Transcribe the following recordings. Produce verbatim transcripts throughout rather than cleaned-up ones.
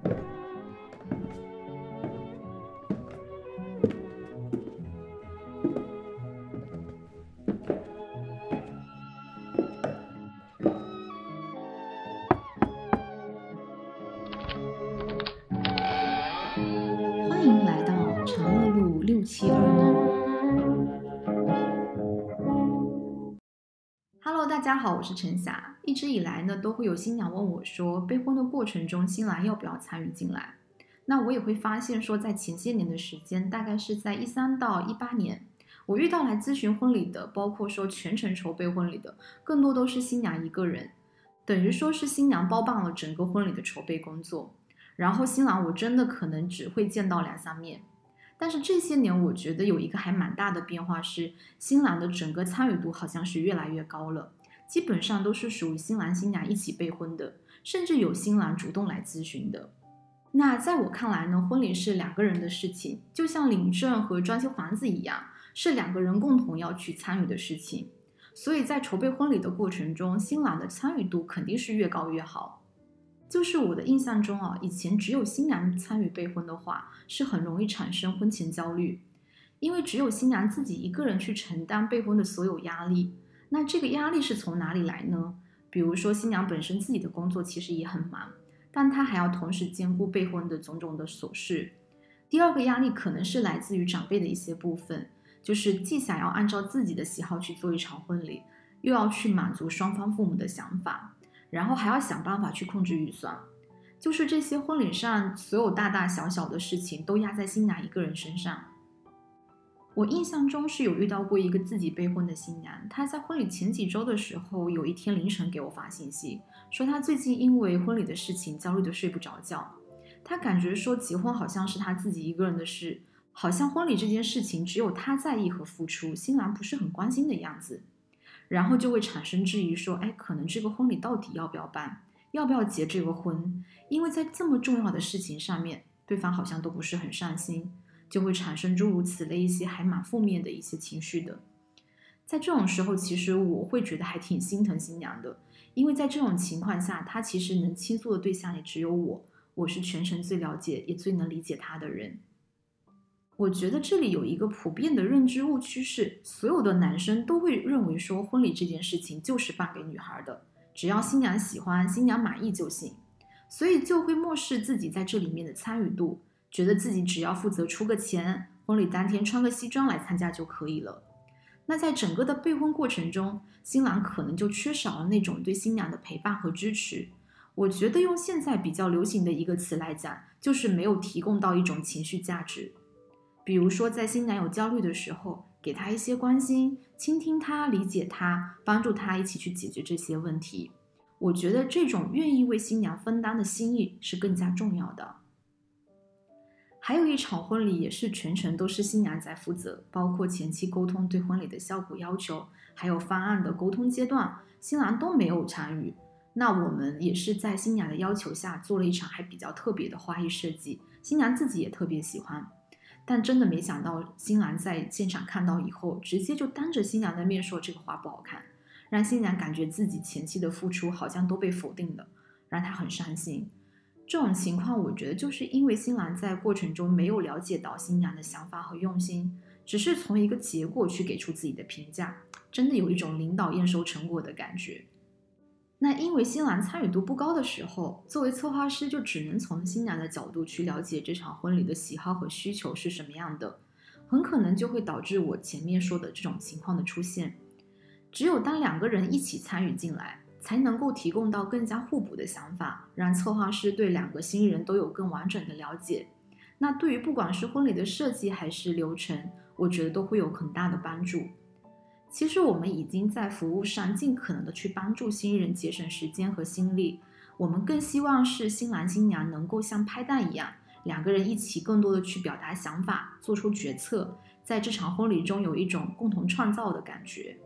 欢迎来到长乐路六七二 弄。Hello， 大家好，我是陈霞。一直以来呢，都会有新娘问我说，备婚的过程中，新郎要不要参与进来？那我也会发现说，在前些年的时间，大概是在一三到一八年，我遇到来咨询婚礼的，包括说全程筹备婚礼的，更多都是新娘一个人，等于说是新娘包办了整个婚礼的筹备工作。然后新郎我真的可能只会见到两三面，但是这些年我觉得有一个还蛮大的变化是，新郎的整个参与度好像是越来越高了，基本上都是属于新郎新娘一起备婚的，甚至有新郎主动来咨询的。那在我看来呢，婚礼是两个人的事情，就像领证和装修房子一样，是两个人共同要去参与的事情。所以在筹备婚礼的过程中，新郎的参与度肯定是越高越好。就是我的印象中啊，以前只有新娘参与备婚的话，是很容易产生婚前焦虑，因为只有新娘自己一个人去承担备婚的所有压力。那这个压力是从哪里来呢？比如说新娘本身自己的工作其实也很忙，但她还要同时兼顾备婚的种种的琐事。第二个压力可能是来自于长辈的一些部分，就是既想要按照自己的喜好去做一场婚礼，又要去满足双方父母的想法，然后还要想办法去控制预算，就是这些婚礼上所有大大小小的事情都压在新娘一个人身上。我印象中是有遇到过一个自己备婚的新娘，她在婚礼前几周的时候，有一天凌晨给我发信息，说她最近因为婚礼的事情焦虑的睡不着觉，她感觉说结婚好像是她自己一个人的事，好像婚礼这件事情只有她在意和付出，新郎不是很关心的样子。然后就会产生质疑说，哎，可能这个婚礼到底要不要办，要不要结这个婚，因为在这么重要的事情上面，对方好像都不是很上心，就会产生诸如此类一些还蛮负面的一些情绪的。在这种时候，其实我会觉得还挺心疼新娘的，因为在这种情况下，她其实能倾诉的对象也只有我，我是全程最了解也最能理解她的人。我觉得这里有一个普遍的认知误区是，所有的男生都会认为说婚礼这件事情就是办给女孩的，只要新娘喜欢，新娘满意就行，所以就会漠视自己在这里面的参与度，觉得自己只要负责出个钱，婚礼当天穿个西装来参加就可以了。那在整个的备婚过程中，新郎可能就缺少了那种对新娘的陪伴和支持。我觉得用现在比较流行的一个词来讲，就是没有提供到一种情绪价值。比如说在新娘有焦虑的时候，给她一些关心，倾听她，理解她，帮助她一起去解决这些问题。我觉得这种愿意为新娘分担的心意是更加重要的。还有一场婚礼也是全程都是新娘在负责，包括前期沟通对婚礼的效果要求，还有方案的沟通阶段，新郎都没有参与。那我们也是在新娘的要求下做了一场还比较特别的花艺设计，新娘自己也特别喜欢。但真的没想到新郎在现场看到以后，直接就当着新娘的面说这个花不好看，让新娘感觉自己前期的付出好像都被否定了，让她很伤心。这种情况我觉得就是因为新郎在过程中没有了解到新娘的想法和用心，只是从一个结果去给出自己的评价，真的有一种领导验收成果的感觉。那因为新郎参与度不高的时候，作为策划师就只能从新娘的角度去了解这场婚礼的喜好和需求是什么样的，很可能就会导致我前面说的这种情况的出现。只有当两个人一起参与进来，才能够提供到更加互补的想法，让策划师对两个新人都有更完整的了解。那对于不管是婚礼的设计还是流程，我觉得都会有很大的帮助。其实我们已经在服务上尽可能的去帮助新人节省时间和心力，我们更希望是新郎新娘能够像拍档一样，两个人一起更多的去表达想法，做出决策，在这场婚礼中有一种共同创造的感觉。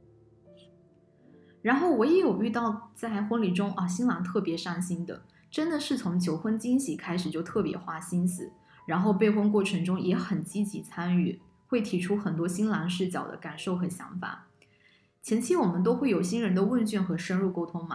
然后我也有遇到在婚礼中啊，新郎特别上心的，真的是从求婚惊喜开始就特别花心思，然后备婚过程中也很积极参与，会提出很多新郎视角的感受和想法。前期我们都会有新人的问卷和深入沟通嘛，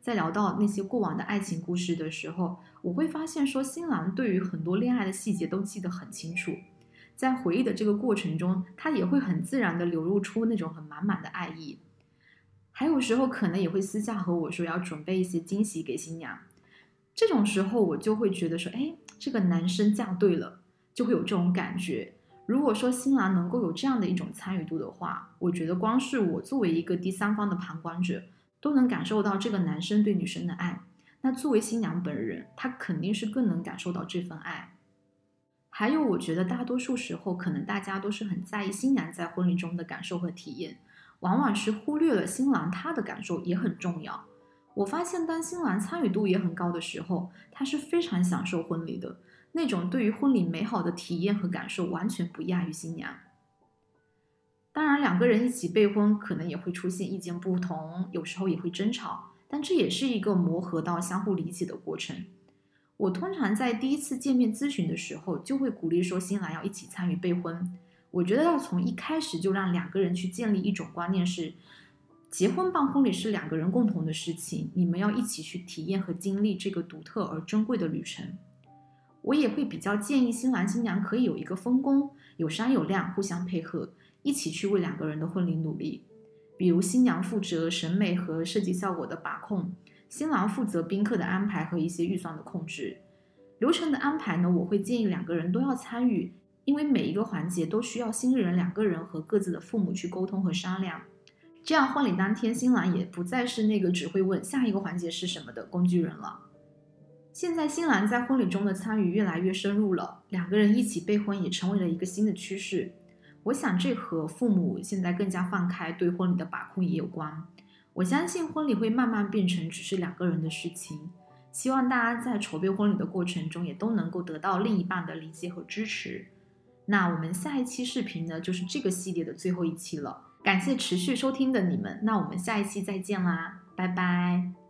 在聊到那些过往的爱情故事的时候，我会发现说新郎对于很多恋爱的细节都记得很清楚，在回忆的这个过程中，他也会很自然地流露出那种很满满的爱意。还有时候可能也会私下和我说要准备一些惊喜给新娘，这种时候我就会觉得说，哎，这个男生嫁对了，就会有这种感觉。如果说新郎能够有这样的一种参与度的话，我觉得光是我作为一个第三方的旁观者，都能感受到这个男生对女生的爱。那作为新娘本人，她肯定是更能感受到这份爱。还有，我觉得大多数时候，可能大家都是很在意新娘在婚礼中的感受和体验，往往是忽略了新郎他的感受也很重要。我发现当新郎参与度也很高的时候，他是非常享受婚礼的，那种对于婚礼美好的体验和感受完全不亚于新娘。当然两个人一起备婚可能也会出现意见不同，有时候也会争吵，但这也是一个磨合到相互理解的过程。我通常在第一次见面咨询的时候，就会鼓励说新郎要一起参与备婚。我觉得要从一开始就让两个人去建立一种观念，是结婚办婚礼是两个人共同的事情，你们要一起去体验和经历这个独特而珍贵的旅程。我也会比较建议新郎新娘可以有一个分工，有商有量，互相配合，一起去为两个人的婚礼努力。比如新娘负责审美和设计效果的把控，新郎负责宾客的安排和一些预算的控制。流程的安排呢，我会建议两个人都要参与，因为每一个环节都需要新人两个人和各自的父母去沟通和商量。这样婚礼当天，新郎也不再是那个只会问下一个环节是什么的工具人了。现在新郎在婚礼中的参与越来越深入了，两个人一起备婚也成为了一个新的趋势。我想这和父母现在更加放开对婚礼的把控也有关。我相信婚礼会慢慢变成只是两个人的事情，希望大家在筹备婚礼的过程中也都能够得到另一半的理解和支持。那我们下一期视频呢，就是这个系列的最后一期了，感谢持续收听的你们，那我们下一期再见啦，拜拜。